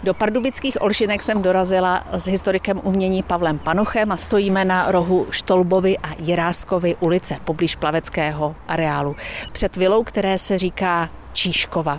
Do pardubických Olšinek jsem dorazila s historikem umění Pavlem Panochem a stojíme na rohu Štolbovy a Jiráskovy ulice poblíž plaveckého areálu. Před vilou, které se říká Čížkova.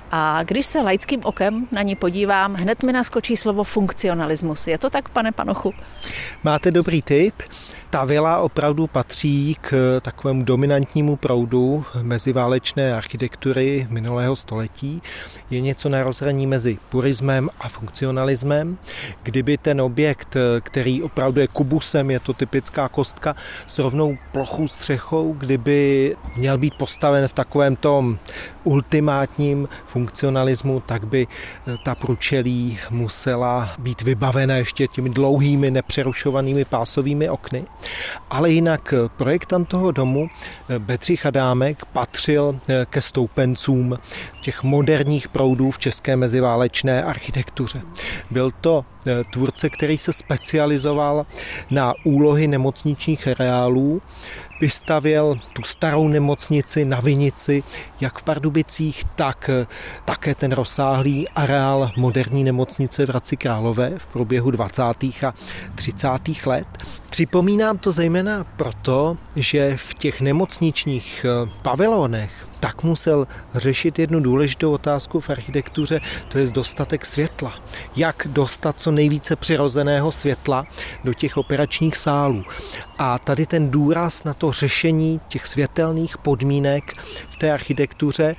A když se laickým okem na ní podívám, hned mi naskočí slovo funkcionalismus. Je to tak, pane Panochu? Máte dobrý tip. Ta vila opravdu patří k takovému dominantnímu proudu meziválečné architektury minulého století. Je něco na rozhraní mezi purismem a funkcionalismem. Kdyby ten objekt, který opravdu je kubusem, je to typická kostka s rovnou plochou střechou, kdyby měl být postaven v takovém tom ultimátním funkcionalismu, tak by ta průčelí musela být vybavena ještě těmi dlouhými nepřerušovanými pásovými okny. Ale jinak projektant toho domu Bedřich Adámek patřil ke stoupencům těch moderních proudů v české meziválečné architektuře. Byl to tvůrce, který se specializoval na úlohy nemocničních areálů, vystavěl tu starou nemocnici na Vinici, jak v Pardubicích, tak také ten rozsáhlý areál moderní nemocnice v Hradci Králové v průběhu 20. a 30. let. Připomínám to zejména proto, že v těch nemocničních pavilonech tak musel řešit jednu důležitou otázku v architektuře, to je dostatek světla. Jak dostat co nejvíce přirozeného světla do těch operačních sálů. A tady ten důraz na to řešení těch světelných podmínek v té architektuře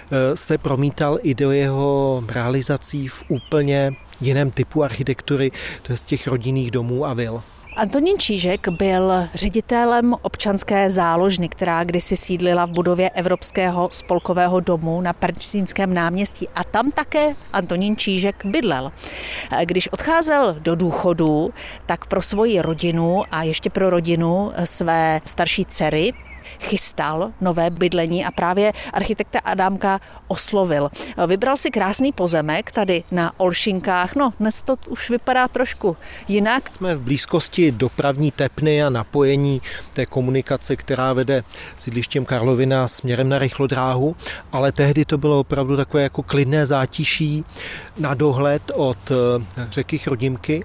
se promítal i do jeho realizací v úplně jiném typu architektury, to je z těch rodinných domů a vil. Antonín Čížek byl ředitelem občanské záložny, která kdysi sídlila v budově Evropského spolkového domu na Pernštejnském náměstí. A tam také Antonín Čížek bydlel. Když odcházel do důchodu, tak pro svoji rodinu a ještě pro rodinu své starší dcery chystal nové bydlení a právě architekta Adámka oslovil. Vybral si krásný pozemek tady na Olšinkách, no dnes to už vypadá trošku jinak. Jsme v blízkosti dopravní tepny a napojení té komunikace, která vede sídlištěm Karlovina směrem na rychlodráhu, ale tehdy to bylo opravdu takové jako klidné zátiší na dohled od řeky Chrudimky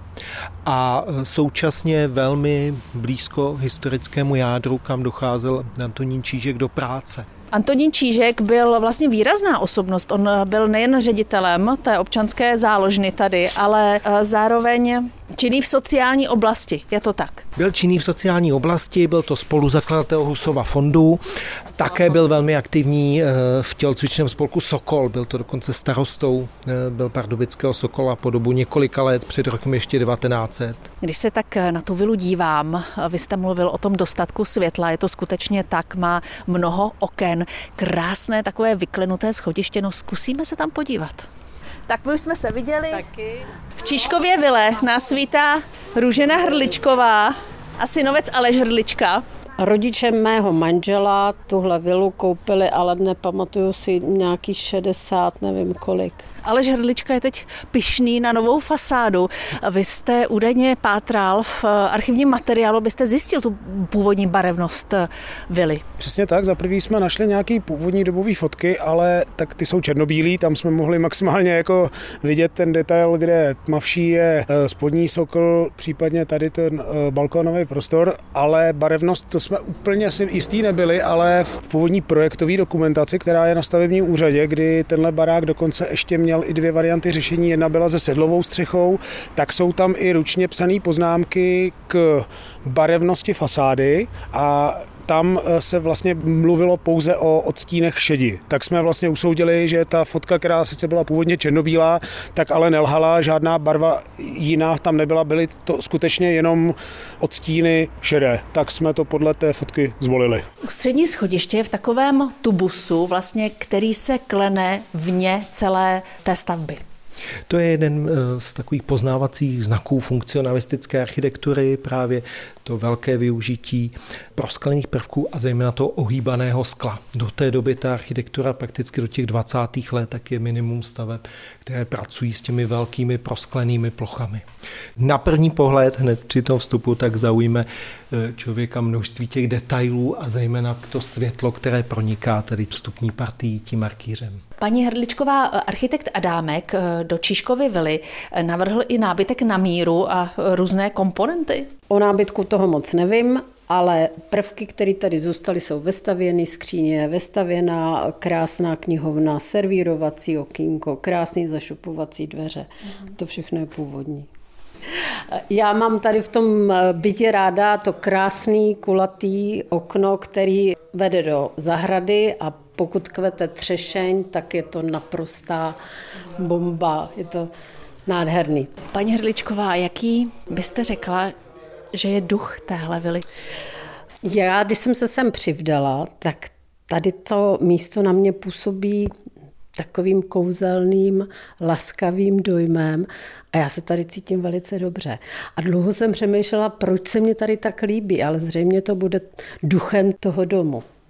a současně velmi blízko historickému jádru, kam docházel Antonín Čížek do práce. Antonín Čížek byl vlastně výrazná osobnost. On byl nejen ředitelem té občanské záložny tady, ale zároveň činný v sociální oblasti. Je to tak? Byl činný v sociální oblasti, byl to spoluzakladatel Husova fondu, také byl velmi aktivní v tělocvičném spolku Sokol, byl to dokonce starostou, byl pardubického Sokola po dobu několika let, před rokem ještě 1900. Když se tak na tu vilu dívám, vy jste mluvil o tom dostatku světla, je to skutečně tak, má mnoho oken, krásné takové vyklenuté schodiště, no zkusíme se tam podívat. Tak my už jsme se viděli. Taky. V Čížkově vile nás vítá Růžena Hrdličková a synovec Aleš Hrdlička. Rodiče mého manžela tuhle vilu koupili, ale nepamatuju si nějaký 60, nevím kolik. Aleš Hrdlička je teď pyšný na novou fasádu. Vy jste údajně pátral v archivním materiálu, abyste zjistil tu původní barevnost vily. Přesně tak, za prvý jsme našli nějaký původní dobový fotky, ale tak ty jsou černobílý, tam jsme mohli maximálně jako vidět ten detail, kde tmavší je spodní sokl, případně tady ten balkónový prostor, ale barevnost, to jsme úplně si jistý nebyli, ale v původní projektové dokumentaci, která je na stavebním úřadě, kdy tenhle barák dokonce ještě měl i dvě varianty řešení, jedna byla se sedlovou střechou, tak jsou tam i ručně psané poznámky k barevnosti fasády a tam se vlastně mluvilo pouze o odstínech šedi. Tak jsme vlastně usoudili, že ta fotka, která sice byla původně černobílá, tak ale nelhala, žádná barva jiná tam nebyla, byly to skutečně jenom odstíny šedé. Tak jsme to podle té fotky zvolili. Ústřední schodiště je v takovém tubusu, vlastně, který se klene vně celé té stavby. To je jeden z takových poznávacích znaků funkcionalistické architektury, právě to velké využití prosklených prvků a zejména toho ohýbaného skla. Do té doby ta architektura prakticky do těch 20. let tak je minimum staveb, které pracují s těmi velkými prosklenými plochami. Na první pohled hned při tom vstupu tak zaujme člověka množství těch detailů a zejména to světlo, které proniká tedy vstupní partií tím markýřem. Paní Hrdličková, architekt Adámek do Čížkovy vily navrhl i nábytek na míru a různé komponenty. O nábytku toho moc nevím, ale prvky, které tady zůstaly, jsou vestavěné skříně, vestavěná krásná knihovna, servírovací okýnko, krásný zašupovací dveře. To všechno je původní. Já mám tady v tom bytě ráda to krásný kulatý okno, který vede do zahrady a pokud kvete třešeň, tak je to naprostá bomba. Je to nádherný. Paní Hrdličková, jaký byste řekla, že je duch téhle vily? Já, když jsem se sem přivdala, tak tady to místo na mě působí takovým kouzelným, laskavým dojmem a já se tady cítím velice dobře. A dlouho jsem přemýšlela, proč se mě tady tak líbí, ale zřejmě to bude duchem toho domu.